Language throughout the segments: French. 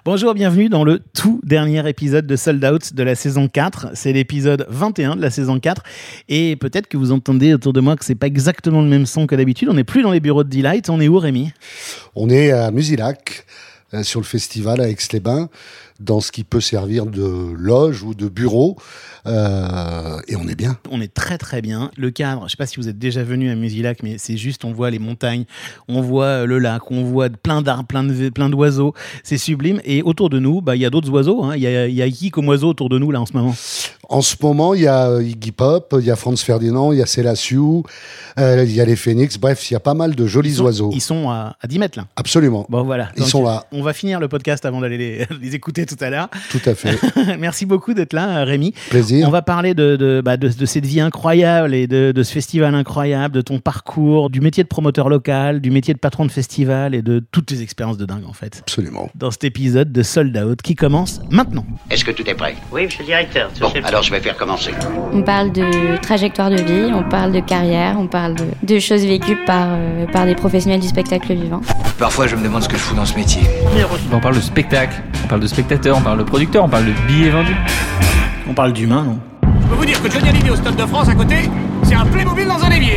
Bonjour, bienvenue dans le tout dernier épisode de Sold Out de la saison 4. C'est l'épisode 21 de la saison 4. Et peut-être que vous entendez autour de moi que c'est pas exactement le même son que d'habitude. On n'est plus dans les bureaux de Delight. On est où, Rémi ? On est à Musilac, sur le festival à Aix-les-Bains, dans ce qui peut servir de loge ou de bureau. Et on est bien. On est très très bien. Le cadre, je ne sais pas si vous êtes déjà venu à Musilac, mais c'est juste, on voit les montagnes, on voit le lac, on voit plein d'arbres, plein d'oiseaux. C'est sublime. Et autour de nous, il y a d'autres oiseaux. Hein. Il y a qui comme oiseau autour de nous là en ce moment ? En ce moment, il y a Iggy Pop, il y a Franz Ferdinand, il y a Selassiou, il y a les Phoenix. Bref, il y a pas mal de jolis oiseaux. Ils sont à 10 mètres là. Absolument. Bon voilà. Ils sont là. On va finir le podcast avant d'aller les écouter tout à l'heure. Tout à fait. Merci beaucoup d'être là, Rémi. Plaisir. On va parler de cette vie incroyable et de ce festival incroyable, de ton parcours, du métier de promoteur local, du métier de patron de festival et de toutes tes expériences de dingue en fait. Absolument. Dans cet épisode de Sold Out qui commence maintenant. Est-ce que tout est prêt ? Oui, monsieur le directeur. Bon, alors je vais faire commencer. On parle de trajectoire de vie, on parle de carrière, on parle de choses vécues par des professionnels du spectacle vivant. Parfois, je me demande ce que je fous dans ce métier. On parle de spectacle, on parle de spectateur, on parle de producteur, on parle de billets vendus. On parle d'humain, non ? Je peux vous dire que Johnny Hallyday au Stade de France à côté, c'est un Playmobil dans un évier.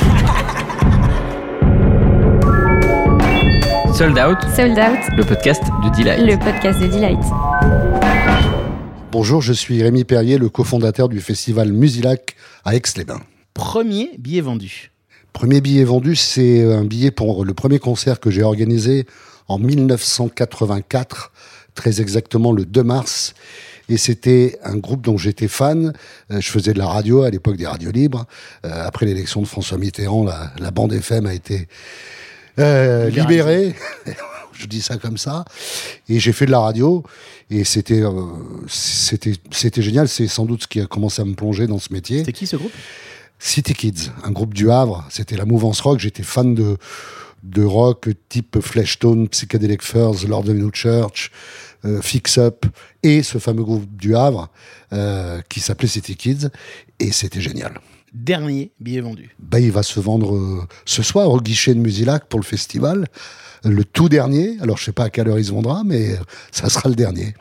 Sold Out, Sold Out, le podcast de Delight. le podcast de Delight. Bonjour, je suis Rémi Perrier, le cofondateur du festival Musilac à Aix-les-Bains. Premier billet vendu. Premier billet vendu, c'est un billet pour le premier concert que j'ai organisé en 1984, très exactement le 2 mars. Et c'était un groupe dont j'étais fan. Je faisais de la radio à l'époque des radios libres. Après l'élection de François Mitterrand, la bande FM a été libérée. Je dis ça comme ça. Et j'ai fait de la radio. Et c'était génial. C'est sans doute ce qui a commencé à me plonger dans ce métier. C'était qui ce groupe ? City Kids, un groupe du Havre. C'était la mouvance rock. J'étais fan de rock type Fleshtones, Psychedelic Furs, Lord of the New Church, Fix Up et ce fameux groupe du Havre qui s'appelait City Kids. Et c'était génial. Dernier billet vendu. Il va se vendre ce soir au guichet de Musilac pour le festival. Le tout dernier. Alors, je sais pas à quelle heure il se vendra, mais ça sera le dernier.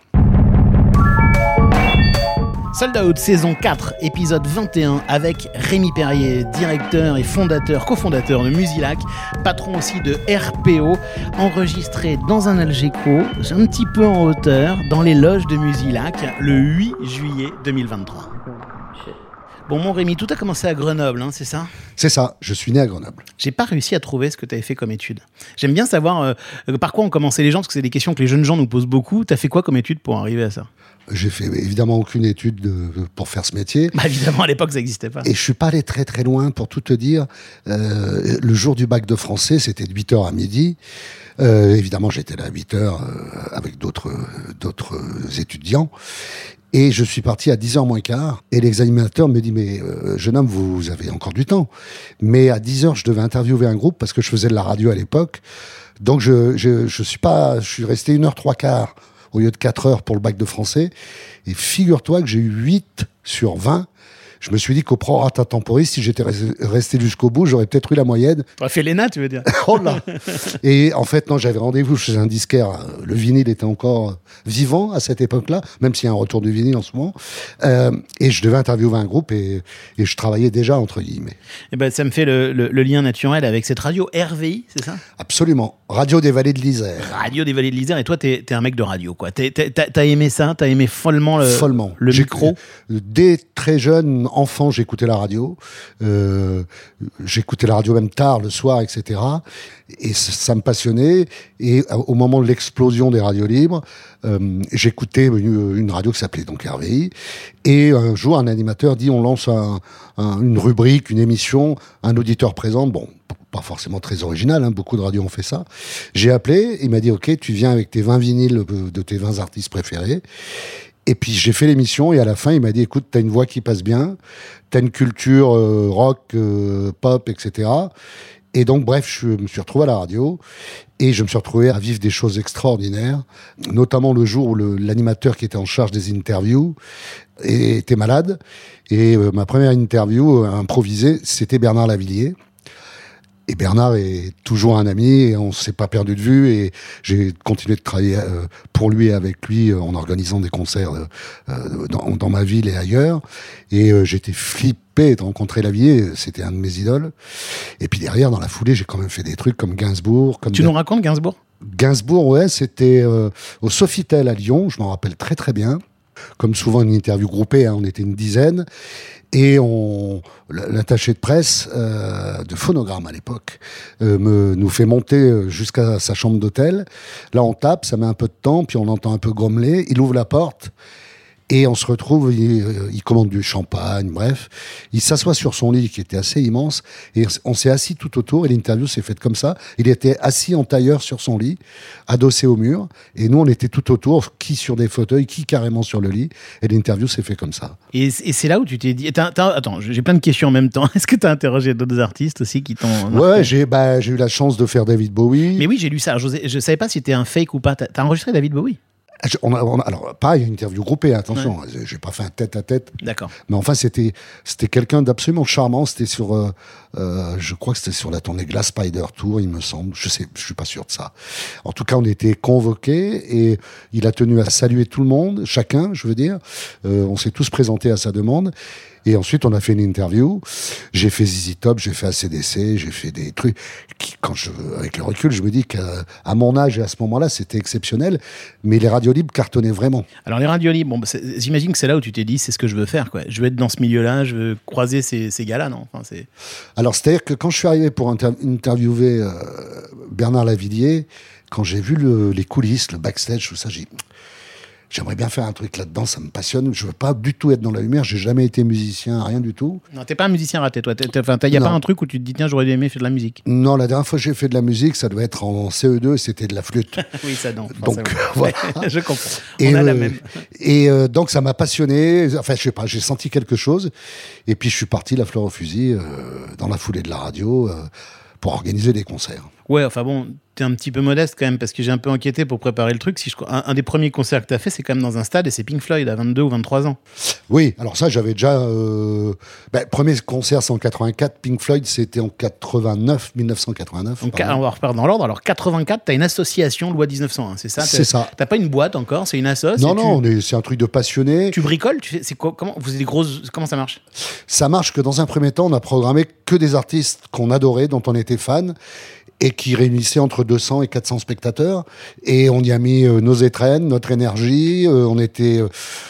Sold Out, saison 4, épisode 21, avec Rémi Perrier, directeur et cofondateur de Musilac, patron aussi de RPO, enregistré dans un Algeco, un petit peu en hauteur, dans les loges de Musilac, le 8 juillet 2023. Bon, mon Rémi, tout a commencé à Grenoble, hein, c'est ça ? C'est ça, je suis né à Grenoble. J'ai pas réussi à trouver ce que tu avais fait comme étude. J'aime bien savoir par quoi ont commencé les gens, parce que c'est des questions que les jeunes gens nous posent beaucoup. Tu as fait quoi comme étude pour arriver à ça ? J'ai fait évidemment aucune étude pour faire ce métier. Évidemment, à l'époque, ça n'existait pas. Et je suis pas allé très très loin, pour tout te dire. Le jour du bac de français, c'était de 8h à midi. Évidemment, j'étais là à 8h avec d'autres étudiants. Et je suis parti à 10h moins quart. Et l'examinateur me dit, mais jeune homme, vous avez encore du temps. Mais à 10h, je devais interviewer un groupe parce que je faisais de la radio à l'époque. Donc je suis resté 1h03 au lieu de 4 heures pour le bac de français. Et figure-toi que j'ai eu 8 sur 20. Je me suis dit qu'au prorata temporis, si j'étais resté jusqu'au bout, j'aurais peut-être eu la moyenne. Tu as fait l'ENA, tu veux dire ? Oh là. Et en fait, non, j'avais rendez-vous chez un disquaire. Le vinyle était encore vivant à cette époque-là, même s'il y a un retour du vinyle en ce moment. Et je devais interviewer un groupe et je travaillais déjà, entre guillemets. Et ça me fait le lien naturel avec cette radio RVI, c'est ça ? Absolument. Radio des Vallées de l'Isère. Radio des Vallées de l'Isère. Et toi, t'es un mec de radio, quoi. T'as aimé ça ? T'as aimé follement le micro ? Dès très jeune enfant, j'écoutais la radio. J'écoutais la radio même tard, le soir, etc. Et ça me passionnait. Et au moment de l'explosion des radios libres, j'écoutais une radio qui s'appelait donc RVI. Et un jour, un animateur dit, on lance une rubrique, une émission, un auditeur présente. Bon, pas forcément très original, hein, beaucoup de radios ont fait ça. J'ai appelé, il m'a dit, OK, tu viens avec tes 20 vinyles de tes 20 artistes préférés. Et puis j'ai fait l'émission et à la fin il m'a dit, écoute, t'as une voix qui passe bien, t'as une culture rock, pop, etc. Et donc bref, je me suis retrouvé à la radio et je me suis retrouvé à vivre des choses extraordinaires, notamment le jour où l'animateur qui était en charge des interviews était malade. Et ma première interview improvisée, c'était Bernard Lavilliers. Et Bernard est toujours un ami et on s'est pas perdu de vue et j'ai continué de travailler pour lui et avec lui en organisant des concerts dans ma ville et ailleurs. Et j'étais flippé de rencontrer Lavilliers, c'était un de mes idoles. Et puis derrière, dans la foulée, j'ai quand même fait des trucs comme Gainsbourg. Tu nous racontes Gainsbourg ? Gainsbourg, ouais, c'était au Sofitel à Lyon, je m'en rappelle très très bien. Comme souvent une interview groupée, on était une dizaine. Et l'attaché de presse de Phonogramme à l'époque nous fait monter jusqu'à sa chambre d'hôtel. Là, on tape, ça met un peu de temps, puis on entend un peu grommeler. Il ouvre la porte et on se retrouve, il commande du champagne, bref. Il s'assoit sur son lit qui était assez immense et on s'est assis tout autour et l'interview s'est faite comme ça. Il était assis en tailleur sur son lit, adossé au mur et nous, on était tout autour, qui sur des fauteuils, qui carrément sur le lit et l'interview s'est faite comme ça. Et c'est là où tu t'es dit... Attends, j'ai plein de questions en même temps. Est-ce que tu as interrogé d'autres artistes aussi qui t'ont marqué ? Ouais, j'ai eu la chance de faire David Bowie. Mais oui, j'ai lu ça. Je savais pas si c'était un fake ou pas. T'as enregistré David Bowie ? Alors, pareil, une interview groupée, attention, j'ai pas fait un tête-à-tête. D'accord. Mais enfin, c'était quelqu'un d'absolument charmant. C'était sur, je crois que c'était sur la tournée Glass Spider Tour, il me semble. Je suis pas sûr de ça. En tout cas, on était convoqués et il a tenu à saluer tout le monde, chacun, je veux dire. On s'est tous présentés à sa demande. Et ensuite, on a fait une interview. J'ai fait ZZ Top, j'ai fait ACDC, j'ai fait des trucs qui, avec le recul, je me dis qu'à mon âge et à ce moment-là, c'était exceptionnel. Mais les radios libres cartonnaient vraiment. Alors, les radios libres, j'imagine que c'est là où tu t'es dit, c'est ce que je veux faire, quoi. Je veux être dans ce milieu-là, je veux croiser ces gars-là, non ? Enfin, Alors, c'est-à-dire que quand je suis arrivé pour interviewer Bernard Lavilliers, quand j'ai vu les coulisses, le backstage, tout ça, j'aimerais bien faire un truc là-dedans, ça me passionne. Je veux pas du tout être dans la lumière, j'ai jamais été musicien, rien du tout. Non, t'es pas un musicien raté, toi. Y a pas un truc où tu te dis, tiens, j'aurais aimé faire de la musique ? Non, la dernière fois que j'ai fait de la musique, ça devait être en CE2, c'était de la flûte. Oui, ça non. Donc, voilà. Je comprends. On a la même. Et donc, ça m'a passionné. Enfin, je sais pas, j'ai senti quelque chose. Et puis, je suis parti la fleur au fusil dans la foulée de la radio pour organiser des concerts. Ouais, enfin bon, t'es un petit peu modeste quand même, parce que j'ai un peu enquêté pour préparer le truc. Un des premiers concerts que t'as fait, c'est quand même dans un stade, et c'est Pink Floyd à 22 ou 23 ans. Oui, alors ça, j'avais déjà... premier concert, c'est en 84. Pink Floyd, c'était en 1989. Donc, on va repartir dans l'ordre. Alors, 84, t'as une association, loi 1901, c'est ça ? C'est ça. T'as pas une boîte encore, c'est une asso ? Non, c'est un truc de passionné. Tu bricoles ? C'est quoi ? Comment ça marche ? Ça marche que dans un premier temps, on a programmé que des artistes qu'on adorait, dont on était fan, et qui réunissait entre 200 et 400 spectateurs. Et on y a mis nos étrennes, notre énergie. On était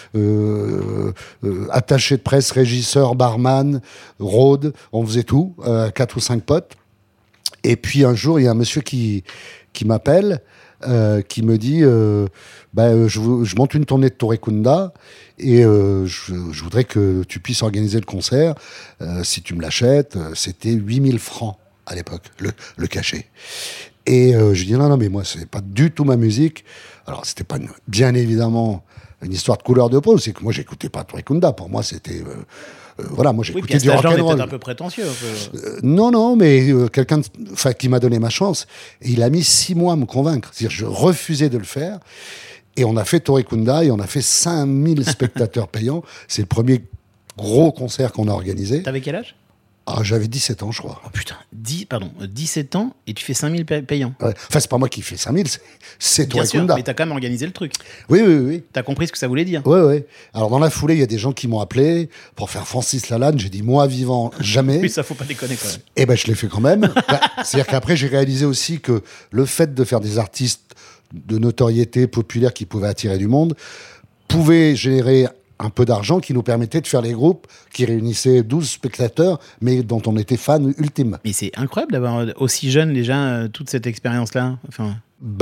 attachés de presse, régisseurs, barman, road. On faisait tout, 4 ou 5 potes. Et puis un jour, il y a un monsieur qui m'appelle, qui me dit je monte une tournée de Torekunda et je voudrais que tu puisses organiser le concert. Si tu me l'achètes, c'était 8000 francs. À l'époque, le cachet. Et je dis non, mais moi, c'est pas du tout ma musique. Alors, c'était pas bien évidemment une histoire de couleur de peau, c'est que moi, j'écoutais pas Torekunda. Pour moi, c'était... moi, j'écoutais du rock'n'roll. Peut-être un peu prétentieux. Non, mais quelqu'un qui m'a donné ma chance. Et il a mis 6 mois à me convaincre. C'est-à-dire, je refusais de le faire. Et on a fait Torekunda et on a fait 5000 spectateurs payants. C'est le premier gros concert qu'on a organisé. T'avais quel âge ? J'avais 17 ans, je crois. Oh putain, 17 ans et tu fais 5000 payants. Ouais. Enfin, c'est pas moi qui fais 5000, c'est toi, Bien sûr, mais t'as quand même organisé le truc. Oui. T'as compris ce que ça voulait dire. Oui. Alors, dans la foulée, il y a des gens qui m'ont appelé pour faire Francis Lalanne. J'ai dit, moi, vivant, jamais. Oui, ça, faut pas déconner quand même. Eh ben, je l'ai fait quand même. C'est-à-dire qu'après, j'ai réalisé aussi que le fait de faire des artistes de notoriété populaire qui pouvaient attirer du monde pouvait générer un peu d'argent qui nous permettait de faire les groupes qui réunissaient 12 spectateurs, mais dont on était fan ultime. Mais c'est incroyable d'avoir aussi jeune déjà toute cette expérience-là. Enfin...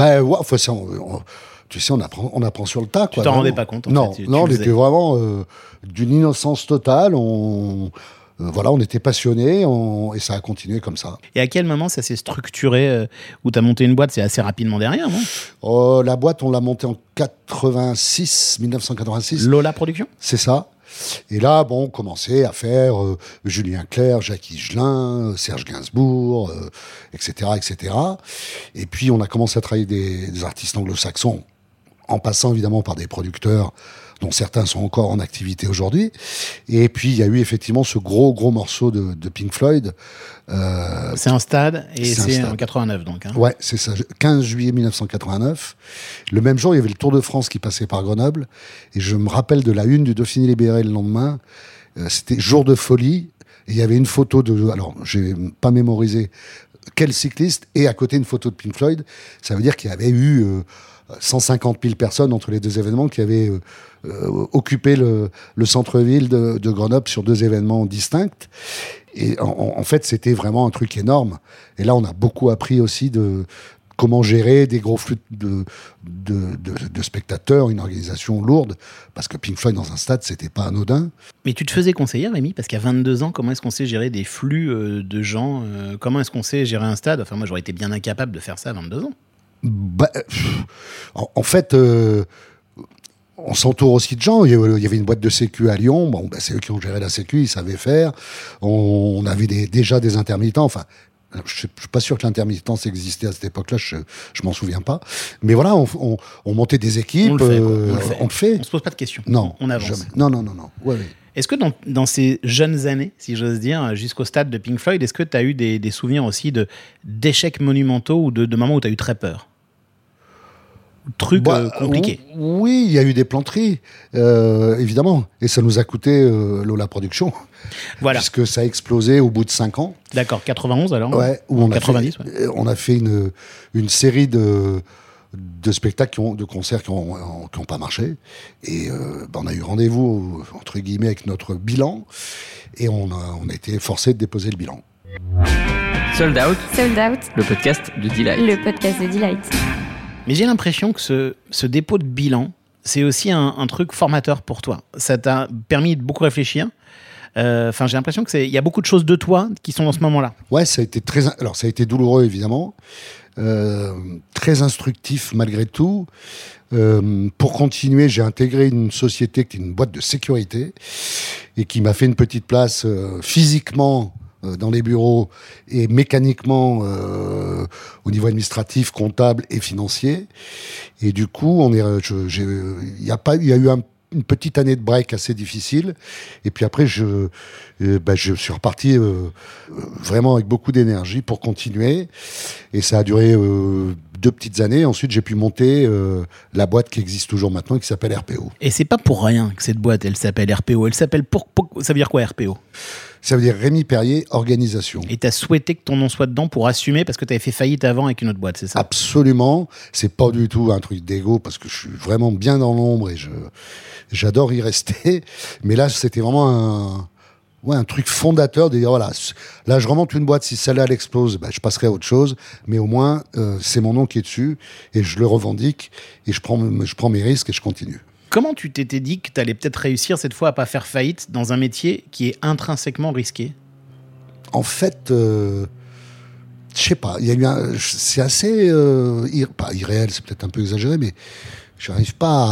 tu sais, on apprend sur le tas. Tu t'en rendais pas compte en fait. Non, on était vraiment d'une innocence totale. On était passionnés et ça a continué comme ça. Et à quel moment ça s'est structuré où tu as monté une boîte ? C'est assez rapidement derrière, non ? La boîte, on l'a montée en 1986. Lola Production ? C'est ça. Et là, on commençait à faire Julien Clerc, Jacques Higelin, Serge Gainsbourg, etc., etc. Et puis, on a commencé à travailler des artistes anglo-saxons en passant évidemment par des producteurs dont certains sont encore en activité aujourd'hui. Et puis, il y a eu effectivement ce gros morceau de Pink Floyd. C'est un stade, et c'est un en 89, donc. Hein. Ouais, c'est ça, 15 juillet 1989. Le même jour, il y avait le Tour de France qui passait par Grenoble. Et je me rappelle de la une du Dauphiné Libéré le lendemain. C'était jour de folie. Et il y avait une photo de... Alors, j'ai pas mémorisé quel cycliste, et à côté une photo de Pink Floyd. Ça veut dire qu'il y avait eu 150 000 personnes entre les deux événements qui avaient occupé le centre-ville de Grenoble sur 2 événements distincts. Et en fait, c'était vraiment un truc énorme. Et là, on a beaucoup appris aussi de comment gérer des gros flux de spectateurs, une organisation lourde, parce que Pink Floyd dans un stade, c'était pas anodin. Mais tu te faisais conseiller, Rémi, parce qu'à 22 ans, comment est-ce qu'on sait gérer des flux de gens comment est-ce qu'on sait gérer un stade? Enfin, moi, j'aurais été bien incapable de faire ça à 22 ans. En fait, on s'entoure aussi de gens. Il y avait une boîte de sécu à Lyon. Bon, c'est eux qui ont géré la sécu, ils savaient faire. On avait déjà des intermittents. Enfin, je suis pas sûr que l'intermittence existait à cette époque-là. Je m'en souviens pas. Mais voilà, on montait des équipes. On le fait. On se pose pas de questions. Non, on avance. Jamais. Non. Ouais. Est-ce que dans ces jeunes années, si j'ose dire, jusqu'au stade de Pink Floyd, est-ce que tu as eu des souvenirs aussi d'échecs monumentaux ou de moments où tu as eu très peur? Truc compliqué. Oui, il y a eu des planteries, évidemment. Et ça nous a coûté Lola Productions. Voilà. Puisque ça a explosé au bout de 5 ans. D'accord, 91 alors. Ouais, ou en 90. On a fait une série de spectacles, de concerts qui n'ont pas marché. Et on a eu rendez-vous, entre guillemets, avec notre bilan. Et on a été forcé de déposer le bilan. Sold Out. Sold Out. Le podcast de Delight. Le podcast de Delight. Mais j'ai l'impression que ce dépôt de bilan, c'est aussi un truc formateur pour toi. Ça t'a permis de beaucoup réfléchir. J'ai l'impression qu'il y a beaucoup de choses de toi qui sont dans ce moment-là. Ouais, ça a été douloureux, évidemment. Très instructif, malgré tout. Pour continuer, j'ai intégré une société qui est une boîte de sécurité et qui m'a fait une petite place physiquement dans les bureaux et mécaniquement au niveau administratif, comptable et financier. Et du coup, il y a eu une petite année de break assez difficile. Et puis après, je suis reparti vraiment avec beaucoup d'énergie pour continuer. Et ça a duré 2 petites années. Ensuite, j'ai pu monter la boîte qui existe toujours maintenant et qui s'appelle RPO. Et c'est pas pour rien que cette boîte, elle s'appelle RPO. Elle s'appelle ça veut dire quoi, RPO? Ça veut dire Rémi Perrier, organisation. Et tu as souhaité que ton nom soit dedans pour assumer, parce que tu avais fait faillite avant avec une autre boîte, c'est ça? Absolument. C'est pas du tout un truc d'ego, parce que je suis vraiment bien dans l'ombre et j'adore y rester. Mais là, c'était vraiment un truc fondateur de dire, voilà, là, je remonte une boîte, si celle-là, elle explose, je passerai à autre chose. Mais au moins, c'est mon nom qui est dessus et je le revendique et je prends mes risques et je continue. Comment tu t'étais dit que tu allais peut-être réussir cette fois à pas faire faillite dans un métier qui est intrinsèquement risqué? En fait, je sais pas. Il y a eu c'est assez pas irréel, c'est peut-être un peu exagéré, mais je n'arrive pas.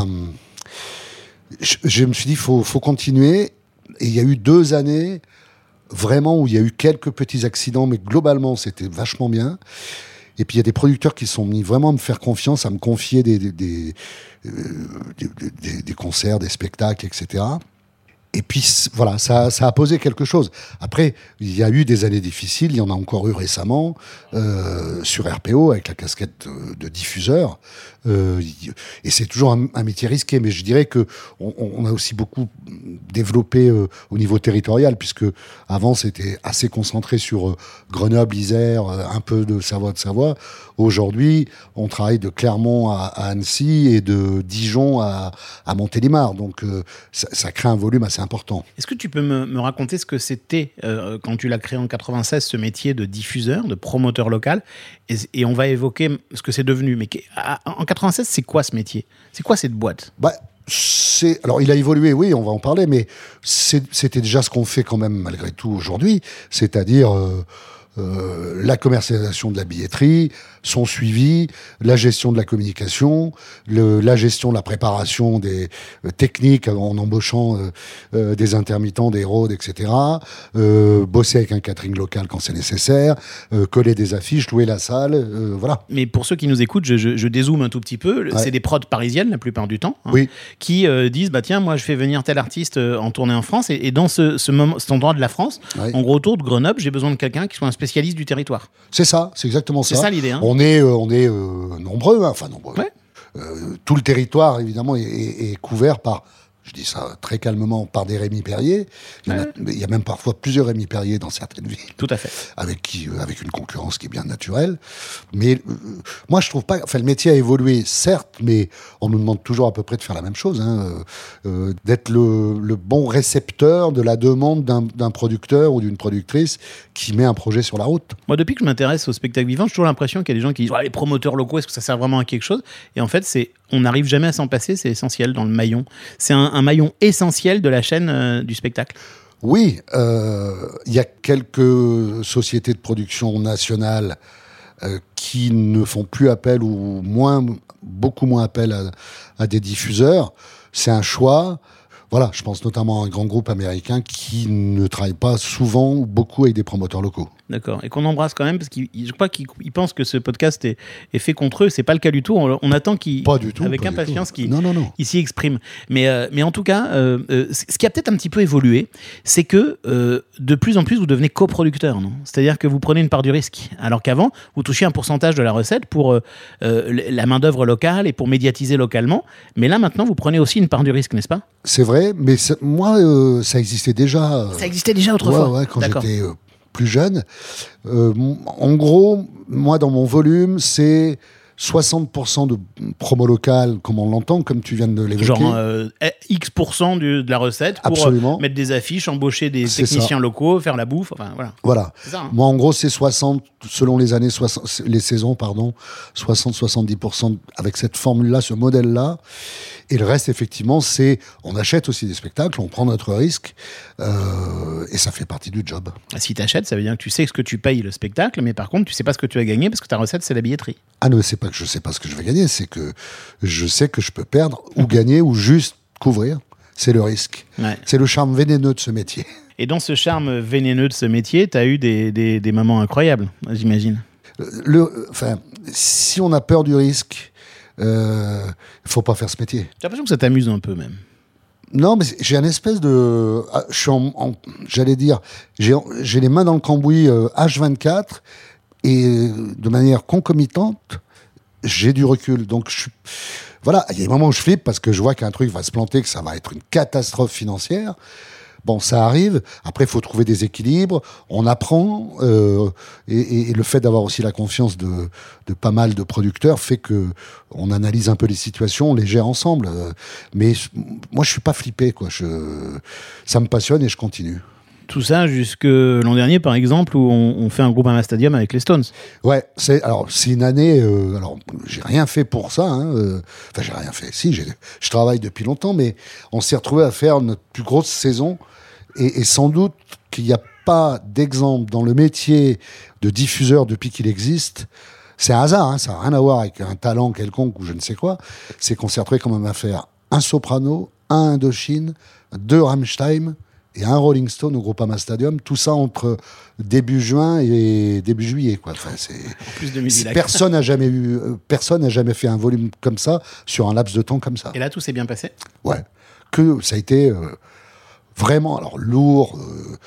Je me suis dit, faut continuer. Et il y a eu 2 années vraiment où il y a eu quelques petits accidents, mais globalement, c'était vachement bien. Et puis il y a des producteurs qui sont mis vraiment à me faire confiance, à me confier des concerts, des spectacles, etc. Et puis voilà, ça a posé quelque chose. Après, il y a eu des années difficiles, il y en a encore eu récemment sur RPO avec la casquette de diffuseur. Et c'est toujours un métier risqué, mais je dirais que on a aussi beaucoup développé au niveau territorial, puisque avant c'était assez concentré sur Grenoble, Isère, un peu de Savoie. Aujourd'hui, on travaille de Clermont à Annecy et de Dijon à Montélimar, donc ça crée un volume assez important. Est-ce que tu peux me raconter ce que c'était quand tu l'as créé en 96, ce métier de diffuseur, de promoteur local, et on va évoquer ce que c'est devenu. Mais en 96, c'est quoi ce métier? C'est quoi cette boîte? Alors, il a évolué, oui, on va en parler, mais c'était déjà ce qu'on fait quand même malgré tout aujourd'hui, c'est-à-dire la commercialisation de la billetterie, son suivi, la gestion de la communication, la gestion de la préparation des techniques en embauchant des intermittents, des roads, etc. Bosser avec un catering local quand c'est nécessaire, coller des affiches, louer la salle, voilà. Mais pour ceux qui nous écoutent, je dézoome un tout petit peu. C'est des prods parisiennes la plupart du temps, oui, qui disent bah tiens, moi je fais venir tel artiste en tournée en France et dans cet endroit de la France, en gros autour de Grenoble, j'ai besoin de quelqu'un qui soit un spécialiste du territoire. C'est ça, c'est exactement ça. C'est ça l'idée. Hein. On est nombreux, hein, enfin nombreux. Ouais. Tout le territoire, évidemment, est couvert par, je dis ça très calmement, par des Rémi Perrier. Il y a même parfois plusieurs Rémi Perrier dans certaines villes. Tout à fait. Avec une concurrence qui est bien naturelle. Mais moi, je trouve pas... Enfin, le métier a évolué, certes, mais on nous demande toujours à peu près de faire la même chose. Hein, d'être le bon récepteur de la demande d'un producteur ou d'une productrice qui met un projet sur la route. Moi, depuis que je m'intéresse au spectacle vivant, j'ai toujours l'impression qu'il y a des gens qui disent les promoteurs locaux, est-ce que ça sert vraiment à quelque chose ? Et en fait, on n'arrive jamais à s'en passer, c'est essentiel dans le maillon. C'est un maillon essentiel de la chaîne du spectacle. Oui, il y a quelques sociétés de production nationales qui ne font plus appel ou beaucoup moins appel à des diffuseurs. C'est un choix. Voilà, je pense notamment à un grand groupe américain qui ne travaille pas souvent ou beaucoup avec des promoteurs locaux. D'accord. Et qu'on embrasse quand même, parce je crois qu'ils pensent que ce podcast est fait contre eux. C'est pas le cas du tout. On attend qu'ils, avec impatience, qu'ils s'y expriment. Mais en tout cas, ce qui a peut-être un petit peu évolué, c'est que de plus en plus, vous devenez coproducteur, non ? C'est-à-dire que vous prenez une part du risque. Alors qu'avant, vous touchiez un pourcentage de la recette pour la main-d'œuvre locale et pour médiatiser localement. Mais là, maintenant, vous prenez aussi une part du risque, n'est-ce pas ? C'est vrai, mais moi, ça existait déjà. Ça existait déjà autrefois. Ouais, quand j'étais plus jeune. En gros, moi, dans mon volume, c'est 60% de promo locale, comme on l'entend, comme tu viens de l'évoquer. Genre X% de la recette pour mettre des affiches, embaucher des techniciens locaux, faire la bouffe, enfin voilà. Voilà. C'est ça, hein. Moi, en gros, c'est 60, selon les années, les saisons, 60-70% avec cette formule-là, ce modèle-là. Et le reste, effectivement, on achète aussi des spectacles, on prend notre risque, et ça fait partie du job. Si tu achètes, ça veut dire que tu sais ce que tu payes le spectacle, mais par contre, tu sais pas ce que tu vas gagner parce que ta recette, c'est la billetterie. Ah non, c'est pas que je sais pas ce que je vais gagner, c'est que je sais que je peux perdre ou gagner ou juste couvrir. C'est le risque. Ouais. C'est le charme vénéneux de ce métier. Et dans ce charme vénéneux de ce métier, tu as eu des moments incroyables, j'imagine. Si on a peur du risque, faut pas faire ce métier. J'ai l'impression que ça t'amuse un peu même. Non, mais j'ai un espèce de... j'allais dire, j'ai les mains dans le cambouis H24 et de manière concomitante, j'ai du recul. Donc, voilà, il y a des moments où je flippe parce que je vois qu'un truc va se planter, que ça va être une catastrophe financière. Bon, ça arrive. Après, il faut trouver des équilibres. On apprend. Et le fait d'avoir aussi la confiance de pas mal de producteurs fait qu'on analyse un peu les situations, on les gère ensemble. Mais moi, je suis pas flippé, quoi. Ça me passionne et je continue. Tout ça jusque l'an dernier, par exemple, où on fait un groupe Ama Stadium avec les Stones. Ouais, c'est une année... alors, j'ai rien fait pour ça. Enfin, j'ai rien fait. Si, je travaille depuis longtemps, mais on s'est retrouvé à faire notre plus grosse saison. Et sans doute qu'il n'y a pas d'exemple dans le métier de diffuseur depuis qu'il existe. C'est un hasard, hein, ça n'a rien à voir avec un talent quelconque ou je ne sais quoi. C'est qu'on s'est retrouvé quand même à faire un Soprano, un Indochine, 2 Rammstein et un Rolling Stone au Groupama Stadium. Tout ça entre début juin et début juillet, quoi. Enfin, en plus de Musilac. Personne n'a jamais fait un volume comme ça sur un laps de temps comme ça. Et là, tout s'est bien passé ? Ouais. Que ça a été... vraiment, alors lourd,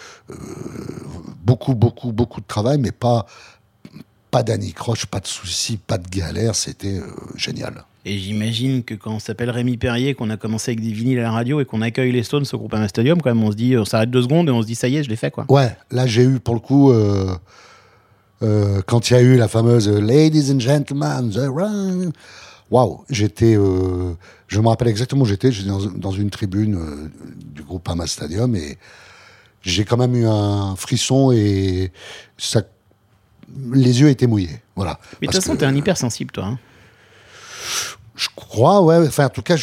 beaucoup de travail, mais pas d'anicroche, pas de soucis, pas de galère, c'était génial. Et j'imagine que quand on s'appelle Rémi Perrier, qu'on a commencé avec des vinyles à la radio et qu'on accueille les Stones au Groupama Stadium, quand même, on se dit, on s'arrête 2 secondes et on se dit, ça y est, je l'ai fait, quoi. Ouais, là j'ai eu pour le coup, quand il y a eu la fameuse Ladies and Gentlemen, the run. Waouh, je me rappelle exactement où j'étais dans une tribune du Groupama Stadium et j'ai quand même eu un frisson et les yeux étaient mouillés. Voilà. Mais de toute façon, t'es un hypersensible, toi. Hein. Je crois, ouais. Enfin, en tout cas,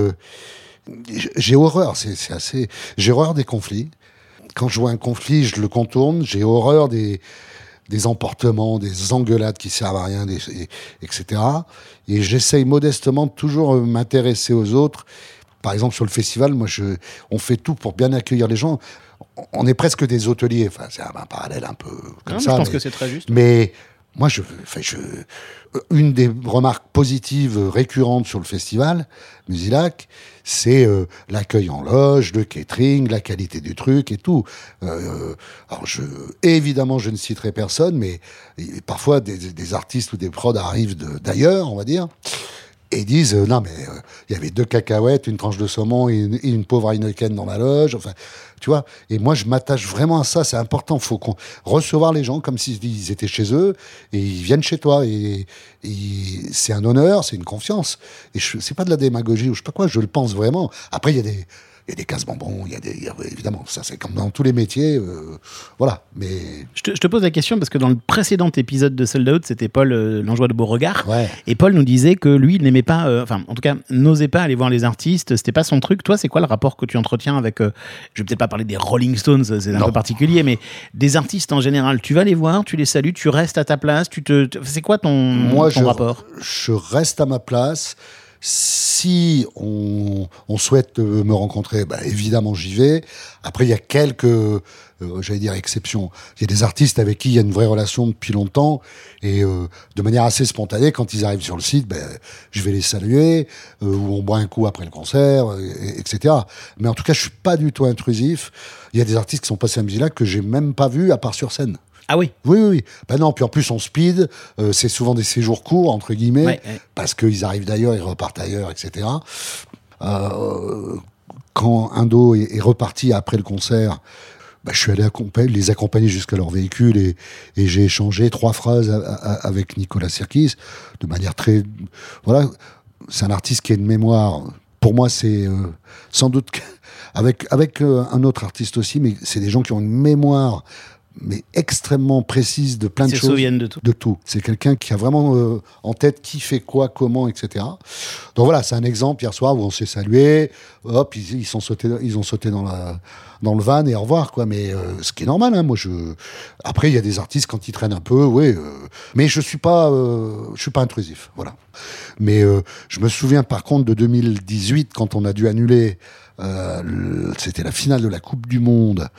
j'ai horreur. J'ai horreur des conflits. Quand je vois un conflit, je le contourne. J'ai horreur des des emportements, des engueulades qui servent à rien, etc. Et j'essaye modestement de toujours m'intéresser aux autres. Par exemple, sur le festival, on fait tout pour bien accueillir les gens. On est presque des hôteliers. Enfin, c'est un parallèle un peu comme ça. Je pense que c'est très juste. Mais moi, une des remarques positives récurrentes sur le festival Musilac, c'est l'accueil en loge, le catering, la qualité du truc et tout. Alors évidemment, je ne citerai personne, mais parfois des artistes ou des prods arrivent d'ailleurs, on va dire, et disent non mais il y avait 2 cacahuètes, une tranche de saumon et une pauvre Heineken dans la loge. Enfin, tu vois. Et moi, je m'attache vraiment à ça. C'est important. Faut recevoir les gens comme s'ils étaient chez eux et ils viennent chez toi. Et c'est un honneur, c'est une confiance. Et c'est pas de la démagogie ou je sais pas quoi. Je le pense vraiment. Après, il y a des casse-bonbons. Évidemment, ça c'est comme dans tous les métiers. Voilà. Mais je te pose la question parce que dans le précédent épisode de Sold Out, c'était Paul Langlois de Beauregard. Ouais. Et Paul nous disait que lui, il n'aimait pas, en tout cas, n'osait pas aller voir les artistes. C'était pas son truc. Toi, c'est quoi le rapport que tu entretiens avec je vais peut-être pas parler des Rolling Stones, c'est un peu particulier, mais des artistes en général. Tu vas les voir, tu les salues, tu restes à ta place. C'est quoi ton rapport ? Je reste à ma place. Si on souhaite me rencontrer, évidemment j'y vais. Après, il y a quelques, exceptions. Il y a des artistes avec qui il y a une vraie relation depuis longtemps et de manière assez spontanée, quand ils arrivent sur le site, je vais les saluer ou on boit un coup après le concert, etc. Mais en tout cas, je suis pas du tout intrusif. Il y a des artistes qui sont passés à Musilac que j'ai même pas vus à part sur scène. Ah oui. Oui. Non, puis en plus on speed, c'est souvent des séjours courts entre guillemets, parce qu'ils arrivent d'ailleurs, ils repartent ailleurs, etc. Quand Indo est reparti après le concert, je suis allé les accompagner jusqu'à leur véhicule et j'ai échangé 3 phrases avec Nicolas Sirkis de manière très, voilà, c'est un artiste qui a une mémoire. Pour moi, c'est sans doute avec un autre artiste aussi, mais c'est des gens qui ont une mémoire mais extrêmement précise de plein de choses. Ils se souviennent de tout. C'est quelqu'un qui a vraiment en tête qui fait quoi, comment, etc. Donc voilà, c'est un exemple hier soir où on s'est salué, hop, ils ont sauté dans le van et au revoir, quoi. Mais ce qui est normal, hein, Après, il y a des artistes quand ils traînent un peu, mais je suis pas intrusif, voilà. Mais je me souviens par contre de 2018 quand on a dû annuler. C'était la finale de la Coupe du Monde.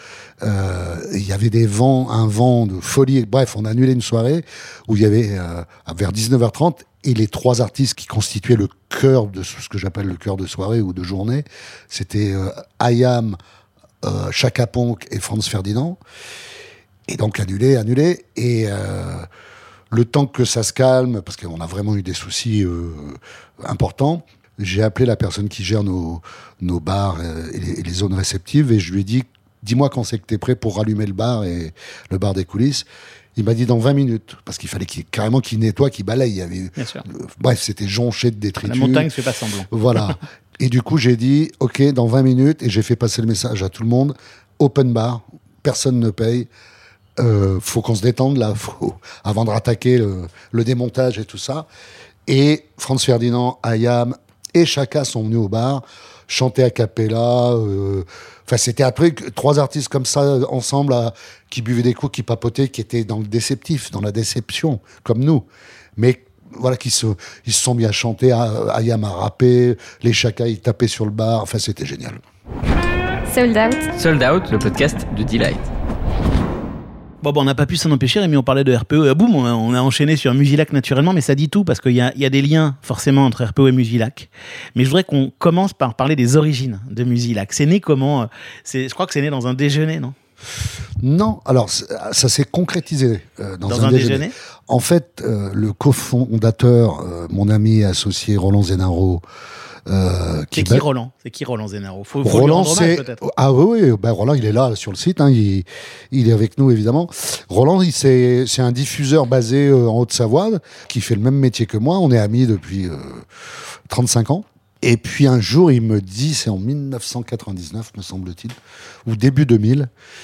Il y avait un vent de folie. Bref, on a annulé une soirée où il y avait vers 19h30 et les 3 artistes qui constituaient le cœur de ce que j'appelle le cœur de soirée ou de journée, c'était I.Am, Chaka Ponk et Franz Ferdinand. Et donc annulé. Et le temps que ça se calme, parce qu'on a vraiment eu des soucis importants, j'ai appelé la personne qui gère nos bars et les zones réceptives et je lui ai dit « Dis-moi quand c'est que t'es prêt pour rallumer le bar et le bar des coulisses ». Il m'a dit dans 20 minutes, parce qu'il fallait carrément qu'il nettoie, qu'il balaye. Il y avait, bref, c'était jonché de détritus. La montagne ne fait pas semblant. Voilà. Et du coup, j'ai dit « Ok, dans 20 minutes », et j'ai fait passer le message à tout le monde, open bar, personne ne paye. Faut qu'on se détende là, avant de rattaquer le démontage et tout ça. Et Franz Ferdinand, I.Am et Chaka sont venus au bar, chanter a cappella. Enfin, c'était un truc, 3 artistes comme ça, ensemble, qui buvaient des coups, qui papotaient, qui étaient dans le déceptif, dans la déception, comme nous. Mais voilà, ils se sont mis à chanter, I.Am a rappé, les Chaka, ils tapaient sur le bar. Enfin, c'était génial. Sold Out. Sold Out, le podcast de Delight. Bon, on n'a pas pu s'en empêcher, Rémi, on parlait de RPO et boum, on a enchaîné sur Musilac naturellement, mais ça dit tout parce qu'il y a des liens forcément entre RPO et Musilac. Mais je voudrais qu'on commence par parler des origines de Musilac. C'est né comment ? Je crois que c'est né dans un déjeuner, non ? Non, alors ça s'est concrétisé dans un déjeuner. En fait, le cofondateur, mon ami et associé Roland Zenaro, C'est qui Roland Zenaro? Faut Roland, lui rendre hommage, peut-être. Ah oui, Roland, il est là sur le site, hein, il est avec nous évidemment. Roland, c'est un diffuseur basé en Haute-Savoie qui fait le même métier que moi. On est amis depuis 35 ans. Et puis un jour, il me dit, c'est en 1999, me semble-t-il, ou début 2000,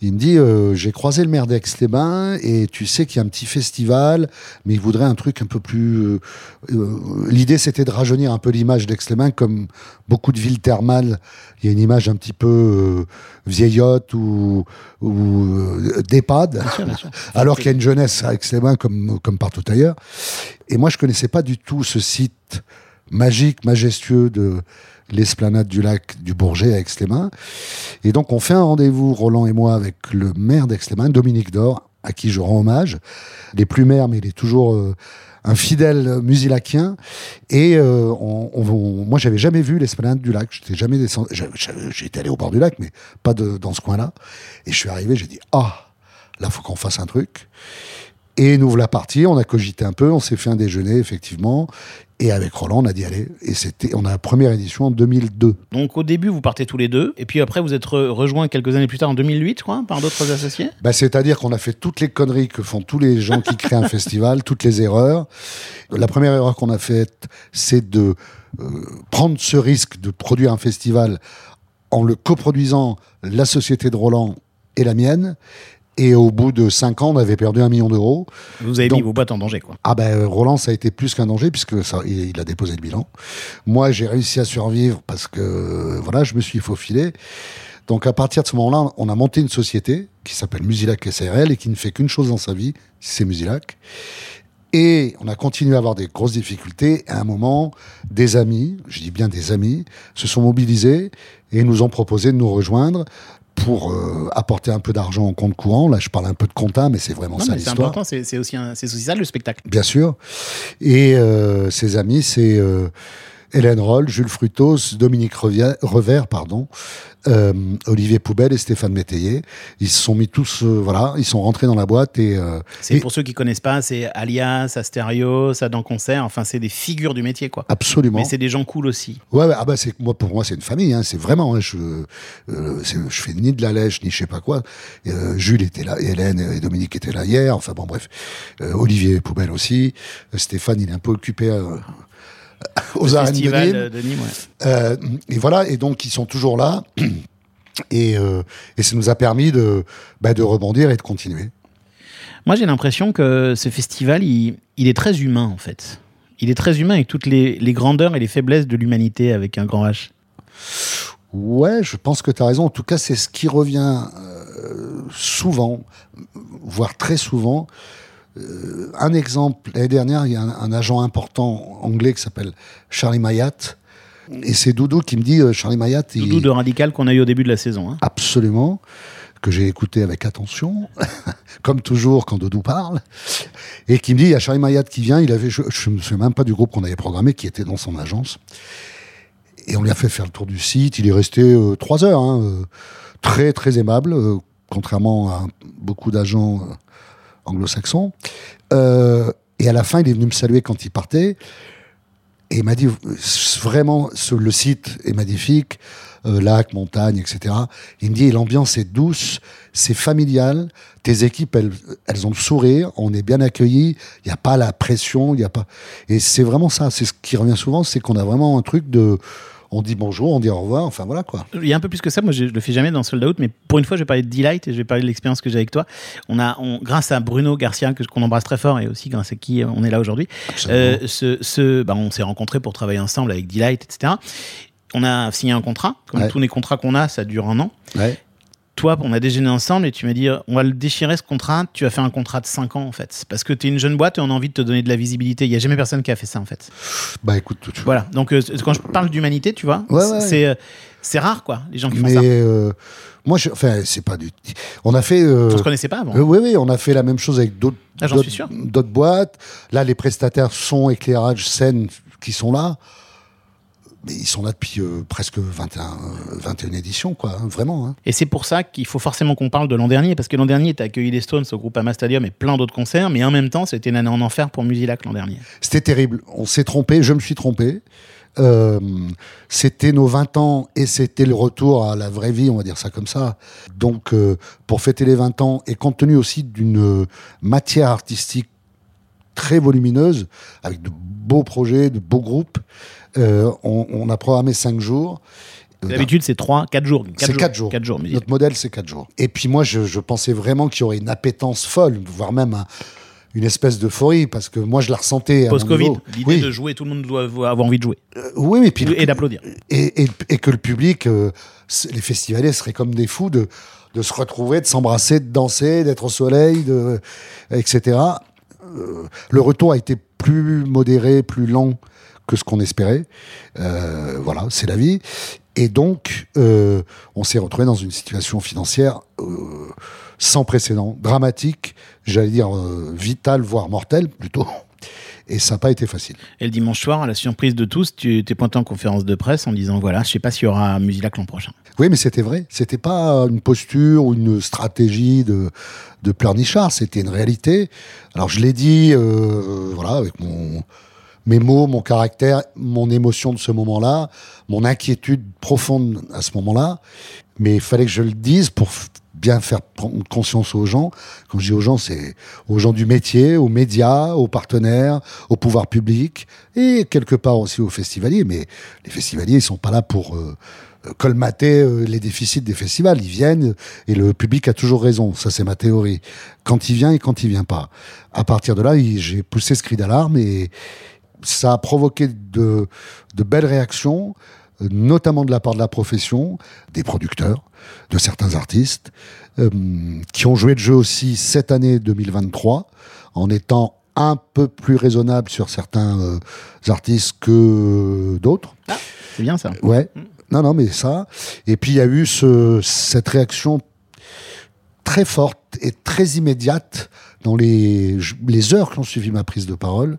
Il me dit, j'ai croisé le maire d'Aix-les-Bains et tu sais qu'il y a un petit festival, mais il voudrait un truc un peu plus... l'idée, c'était de rajeunir un peu l'image d'Aix-les-Bains, comme beaucoup de villes thermales. Il y a une image un petit peu vieillotte ou d'EHPAD, Bien sûr. alors qu'il y a une jeunesse à Aix-les-Bains comme partout ailleurs. Et moi, je connaissais pas du tout ce site magique, majestueux de l'esplanade du lac du Bourget à Aix-les-Bains. Et donc, on fait un rendez-vous, Roland et moi, avec le maire d'Aix-les-Bains, Dominique Dor, à qui je rends hommage. Il n'est plus maire, mais il est toujours un fidèle musilacien. Et moi, j'avais jamais vu l'esplanade du lac. J'étais jamais descendu. J'étais allé au bord du lac, mais pas dans ce coin-là. Et je suis arrivé, j'ai dit, là, faut qu'on fasse un truc. Et nous voilà partis, on a cogité un peu, on s'est fait un déjeuner, effectivement. Et avec Roland, on a dit allez. Et on a la première édition en 2002. Donc au début, vous partez tous les deux. Et puis après, vous êtes rejoints quelques années plus tard, en 2008, je crois, par d'autres associés. C'est-à-dire qu'on a fait toutes les conneries que font tous les gens qui créent un festival, toutes les erreurs. La première erreur qu'on a faite, c'est de prendre ce risque de produire un festival en le coproduisant la société de Roland et la mienne. Et au bout de 5 ans, on avait perdu 1 million d'euros. Vous avez mis vos boîtes en danger, quoi. Roland, ça a été plus qu'un danger, puisque il a déposé le bilan. Moi, j'ai réussi à survivre parce que, je me suis faufilé. Donc, à partir de ce moment-là, on a monté une société qui s'appelle Musilac SARL et qui ne fait qu'une chose dans sa vie, c'est Musilac. Et on a continué à avoir des grosses difficultés. À un moment, des amis, je dis bien des amis, se sont mobilisés et nous ont proposé de nous rejoindre pour apporter un peu d'argent en compte courant. Là, je parle un peu de compta, mais c'est vraiment ça l'histoire. C'est important, c'est aussi ça le spectacle. Bien sûr. Et ses amis, c'est Hélène Roll, Jules Frutos, Dominique Revers, Olivier Poubelle et Stéphane Métayer. Ils se sont mis tous, ils sont rentrés dans la boîte. Pour ceux qui connaissent pas, c'est Alias, Astério, Sadan Concert, enfin c'est des figures du métier, quoi. Absolument. Mais c'est des gens cool aussi. Pour moi c'est une famille, c'est vraiment, je fais ni de la lèche, ni je sais pas quoi. Jules était là, et Hélène et Dominique étaient là hier, Olivier Poubelle aussi. Stéphane, il est un peu occupé aux arènes de Nîmes. Et voilà, et donc ils sont toujours là, et ça nous a permis de rebondir et de continuer. Moi j'ai l'impression que ce festival, il est très humain en fait. Il est très humain avec toutes les grandeurs et les faiblesses de l'humanité avec un grand H. Ouais, je pense que tu as raison. En tout cas, c'est ce qui revient souvent, voire très souvent. Un exemple, l'année dernière, il y a un agent important anglais qui s'appelle Charlie Mayat. Et c'est Doudou qui me dit, Charlie Mayat... Doudou de Radical qu'on a eu au début de la saison. Hein. Absolument, que j'ai écouté avec attention, comme toujours quand Doudou parle. Et qui me dit, il y a Charlie Mayat qui vient, je ne me souviens même pas du groupe qu'on avait programmé, qui était dans son agence. Et on lui a fait faire le tour du site, il est resté 3 heures, très très aimable, contrairement à beaucoup d'agents... anglo-saxon. Et à la fin, il est venu me saluer quand il partait. Et il m'a dit, vraiment, le site est magnifique, lac, montagne, etc. Il me dit, l'ambiance est douce, c'est familial, tes équipes, elles ont le sourire, on est bien accueillis, il n'y a pas la pression, il n'y a pas... Et c'est vraiment ça, c'est ce qui revient souvent, c'est qu'on a vraiment un truc de... On dit bonjour, on dit au revoir, enfin voilà quoi. Il y a un peu plus que ça, moi je le fais jamais dans Sold Out, mais pour une fois je vais parler de Delight et je vais parler de l'expérience que j'ai avec toi. Grâce à Bruno Garcia, qu'on embrasse très fort et aussi grâce à qui on est là aujourd'hui, on s'est rencontrés pour travailler ensemble avec Delight, etc. On a signé un contrat, comme tous les contrats qu'on a, ça dure 1 an. Ouais. Toi, on a déjeuné ensemble et tu m'as dit on va le déchirer ce contrat, tu as fait un contrat de 5 ans en fait, parce que tu es une jeune boîte et on a envie de te donner de la visibilité. Il n'y a jamais personne qui a fait ça en fait. Écoute, voilà, donc quand je parle d'humanité, tu vois, c'est rare quoi, les gens qui font ça. Moi, c'est pas du... On a fait... On se connaissait pas avant. Oui, on a fait la même chose avec d'autres boîtes. Là, les prestataires son, éclairage, scène qui sont là. Mais ils sont là depuis presque 21 éditions, quoi, vraiment. Hein. Et c'est pour ça qu'il faut forcément qu'on parle de l'an dernier, parce que l'an dernier, tu as accueilli les Stones au Groupama Stadium et plein d'autres concerts, mais en même temps, c'était une année en enfer pour Musilac l'an dernier. C'était terrible. On s'est trompé, je me suis trompé. C'était nos 20 ans et c'était le retour à la vraie vie, on va dire ça comme ça. Donc, pour fêter les 20 ans, et compte tenu aussi d'une matière artistique très volumineuse, avec de beaux projets, de beaux groupes, on a programmé 5 jours D'habitude, c'est 4 jours. C'est 4 jours. 4 jours, Notre modèle, c'est 4 jours. Et puis moi, je pensais vraiment qu'il y aurait une appétence folle, voire même une espèce d'euphorie, parce que moi, je la ressentais à mon Post-Covid, niveau. l'idée de jouer, tout le monde doit avoir envie de jouer. Oui, mais puis Et d'applaudir. Et que le public, les festivaliers seraient comme des fous de se retrouver, de s'embrasser, de danser, d'être au soleil, etc. Le retour a été plus modéré, plus lent que ce qu'on espérait. Voilà, c'est la vie. Et donc, on s'est retrouvé dans une situation financière sans précédent, dramatique, j'allais dire vitale, voire mortelle plutôt. Et ça n'a pas été facile. Et le dimanche soir, à la surprise de tous, tu t'es pointé en conférence de presse en disant voilà, je ne sais pas s'il y aura Musilac l'an prochain. Oui, mais c'était vrai. C'était pas une posture ou une stratégie de pleurnichard. C'était une réalité. Alors je l'ai dit, voilà, avec mes mots, mon caractère, mon émotion de ce moment-là, mon inquiétude profonde à ce moment-là. Mais il fallait que je le dise pour bien faire prendre conscience aux gens. Quand je dis aux gens, c'est aux gens du métier, aux médias, aux partenaires, au pouvoir public et quelque part aussi aux festivaliers. Mais les festivaliers, ils sont pas là pour colmater les déficits des festivals. Ils viennent et le public a toujours raison. Ça, c'est ma théorie. Quand il vient et quand il vient pas. À partir de là, j'ai poussé ce cri d'alarme et ça a provoqué de belles réactions, notamment de la part de la profession, des producteurs, de certains artistes, qui ont joué le jeu aussi cette année 2023, en étant un peu plus raisonnables sur certains artistes que d'autres. Ah, c'est bien ça. Ouais. Non, mais ça. Et puis il y a eu cette réaction très forte et très immédiate dans les heures qui ont suivi ma prise de parole,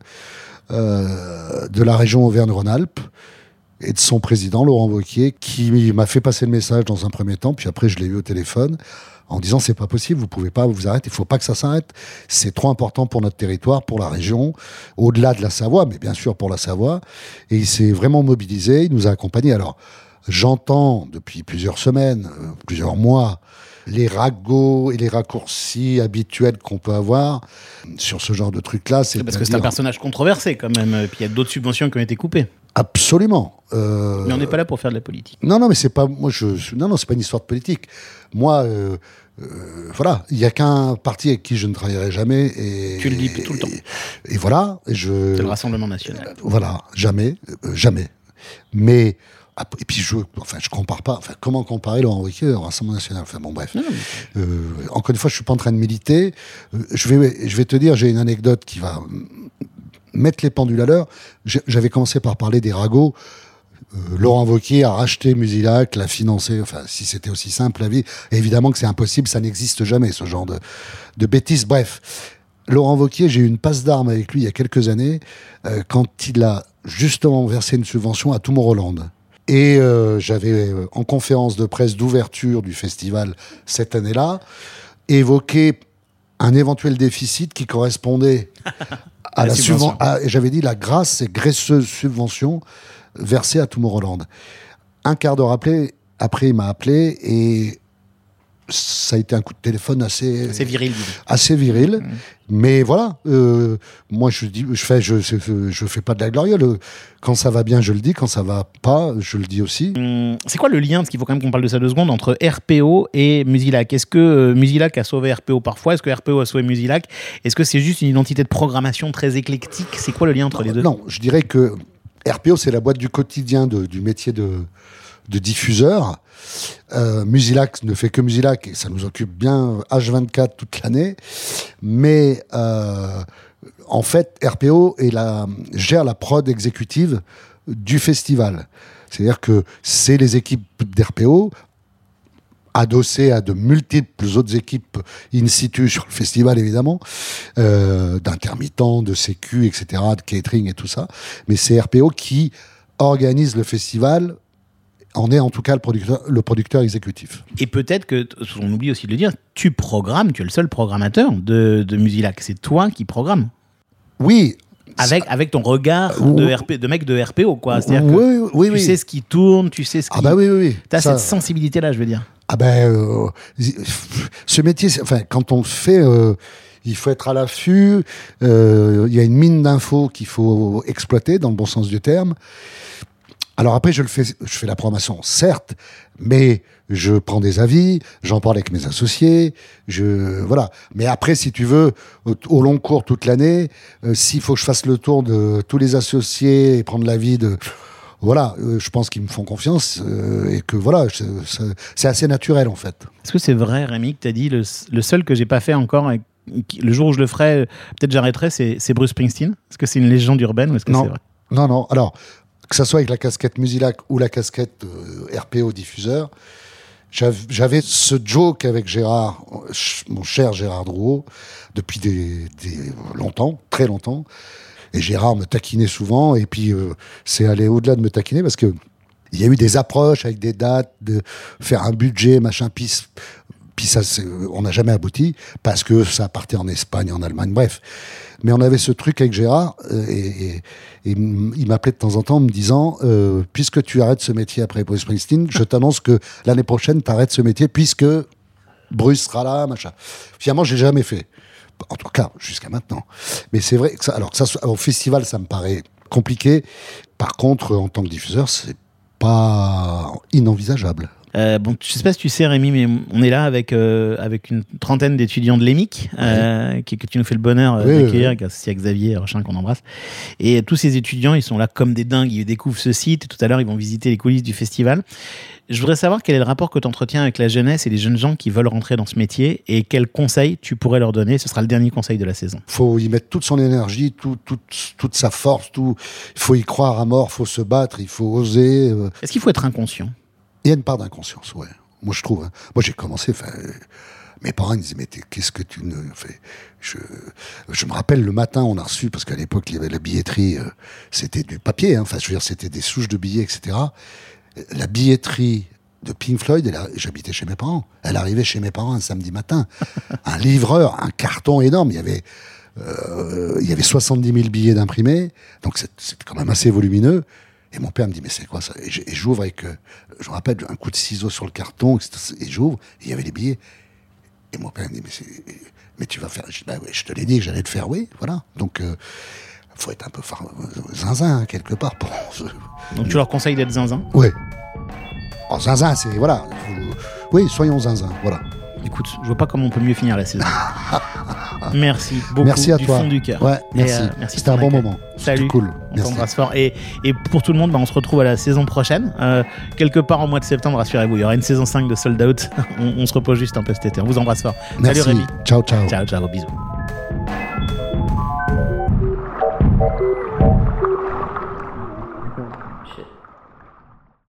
de la région Auvergne-Rhône-Alpes et de son président, Laurent Wauquiez, qui m'a fait passer le message dans un premier temps, puis après je l'ai eu au téléphone, en disant c'est pas possible, vous pouvez pas vous arrêter, il faut pas que ça s'arrête, c'est trop important pour notre territoire, pour la région, au-delà de la Savoie, mais bien sûr pour la Savoie, et il s'est vraiment mobilisé, il nous a accompagnés. Alors, j'entends depuis plusieurs semaines, plusieurs mois, les ragots et les raccourcis habituels qu'on peut avoir sur ce genre de trucs-là. Parce que c'est un personnage controversé quand même, puis il y a d'autres subventions qui ont été coupées. Absolument. Mais on n'est pas là pour faire de la politique. Non, mais c'est pas moi. Non, c'est pas une histoire de politique. Moi, voilà, il y a qu'un parti avec qui je ne travaillerai jamais. Et tu le dis tout le temps. Et voilà. C'est le Rassemblement national. Voilà, jamais. Mais et puis je compare pas. Enfin, comment comparer Laurent Wauquiez au Rassemblement national? Enfin bon, bref. Encore une fois, je suis pas en train de militer. Je vais te dire, j'ai une anecdote qui va mettre les pendules à l'heure. J'avais commencé par parler des ragots. Laurent Wauquiez a racheté Musilac, l'a financé. Enfin, si c'était aussi simple la vie, évidemment que c'est impossible, ça n'existe jamais ce genre de bêtises. Bref, Laurent Wauquiez, j'ai eu une passe d'armes avec lui il y a quelques années quand il a justement versé une subvention à Tomorrowland. Et j'avais, en conférence de presse d'ouverture du festival cette année-là, évoqué un éventuel déficit qui correspondait à la subvention. J'avais dit la grasse et graisseuse subvention versée à Tomorrowland. Un quart d'heure après, il m'a appelé et ça a été un coup de téléphone assez viril. Mais voilà, moi je fais pas de la gloriole. Quand ça va bien, je le dis. Quand ça va pas, je le dis aussi. C'est quoi le lien, parce qu'il faut quand même qu'on parle de ça 2 secondes, entre RPO et Musilac? Est-ce que Musilac a sauvé RPO parfois? Est-ce que RPO a sauvé Musilac? Est-ce que c'est juste une identité de programmation très éclectique? C'est quoi le lien entre les deux? Non, je dirais que RPO, c'est la boîte du quotidien du métier de diffuseur. Musilac ne fait que Musilac et ça nous occupe bien H24 toute l'année. Mais en fait, RPO gère la prod exécutive du festival. C'est-à-dire que c'est les équipes d'RPO adossées à de multiples autres équipes in situ sur le festival, évidemment, d'intermittents, de sécu, etc., de catering et tout ça. Mais c'est RPO qui organise le festival, en est en tout cas le producteur exécutif. Et peut-être que, on oublie aussi de le dire, tu programmes, tu es le seul programmateur de Musilac. C'est toi qui programmes. Oui. Avec ton regard de mec de RPO, quoi. C'est-à-dire que tu sais ce qui tourne, tu sais ce qui... Ah bah oui. T'as cette sensibilité-là, je veux dire. Ah ben, ce métier, quand on le fait... il faut être à l'affût, il y a une mine d'infos qu'il faut exploiter, dans le bon sens du terme. Alors après, je fais la programmation, certes, mais je prends des avis, j'en parle avec mes associés, voilà. Mais après, si tu veux, au long cours toute l'année, s'il faut que je fasse le tour de tous les associés et prendre l'avis de... Voilà, je pense qu'ils me font confiance et que voilà, c'est assez naturel en fait. Est-ce que c'est vrai, Rémi, que tu as dit le seul que j'ai pas fait encore, et le jour où je le ferai, peut-être j'arrêterai, c'est Bruce Springsteen? Est-ce que c'est une légende urbaine ou est-ce que c'est vrai? Non. Alors, que ça soit avec la casquette Musilac ou la casquette RPO diffuseur, j'avais ce joke avec Gérard, mon cher Gérard Drouot, depuis longtemps, très longtemps. Et Gérard me taquinait souvent, et puis c'est allé au-delà de me taquiner, parce que il y a eu des approches avec des dates, de faire un budget, machin, puis ça, on n'a jamais abouti, parce que ça partait en Espagne, en Allemagne, bref. Mais on avait ce truc avec Gérard, et il m'appelait de temps en temps en me disant, puisque tu arrêtes ce métier après Bruce Springsteen, je t'annonce que l'année prochaine, tu arrêtes ce métier, puisque Bruce sera là, machin. Finalement, j'ai jamais fait. En tout cas, jusqu'à maintenant. Mais c'est vrai que au festival, ça me paraît compliqué. Par contre, en tant que diffuseur, c'est pas inenvisageable. Bon, je sais pas si tu sais, Rémi, mais on est là avec une trentaine d'étudiants de l'EMIC, que tu nous fais le bonheur d'accueillir, associé à Xavier Rochin, qu'on embrasse. Et tous ces étudiants, ils sont là comme des dingues, ils découvrent ce site, et tout à l'heure, ils vont visiter les coulisses du festival. Je voudrais savoir quel est le rapport que tu entretiens avec la jeunesse et les jeunes gens qui veulent rentrer dans ce métier, et quels conseils tu pourrais leur donner. Ce sera le dernier conseil de la saison. Il faut y mettre toute son énergie, toute sa force, il faut y croire à mort, il faut se battre, il faut oser. Est-ce qu'il faut être inconscient? Il y a une part d'inconscience, ouais. Moi, je trouve. Hein. Moi, j'ai commencé. Mes parents ils disaient, mais qu'est-ce que tu ne fais? Je me rappelle le matin, on a reçu, parce qu'à l'époque, il y avait la billetterie, c'était du papier, hein. Enfin, je veux dire, c'était des souches de billets, etc. La billetterie de Pink Floyd, j'habitais chez mes parents. Elle arrivait chez mes parents un samedi matin. Un livreur, un carton énorme. Il y avait 70 000 billets d'imprimés. Donc, c'est quand même assez volumineux. Et mon père me dit, mais c'est quoi ça? Et j'ouvre avec, je me rappelle, un coup de ciseau sur le carton, et j'ouvre, et il y avait les billets. Et mon père me dit, mais tu vas faire... Je dis, bah oui, je te l'ai dit que j'allais le faire, oui, voilà. Donc, faut être un peu zinzin, hein, quelque part. Donc tu leur conseilles d'être zinzin? Oui. Oh, zinzin, c'est... Voilà. Oui, soyons zinzin, voilà. Écoute, je vois pas comment on peut mieux finir la saison. Merci beaucoup. Merci à du toi. fond du cœur. Ouais, merci. Merci. C'était un bon moment. Salut. C'était cool. On t'embrasse fort. Et pour tout le monde, on se retrouve à la saison prochaine. Quelque part au mois de septembre, rassurez-vous, il y aura une saison 5 de Sold Out. On se repose juste un peu cet été. On vous embrasse fort. Merci. Salut Rémi. Ciao. Ciao, bisous.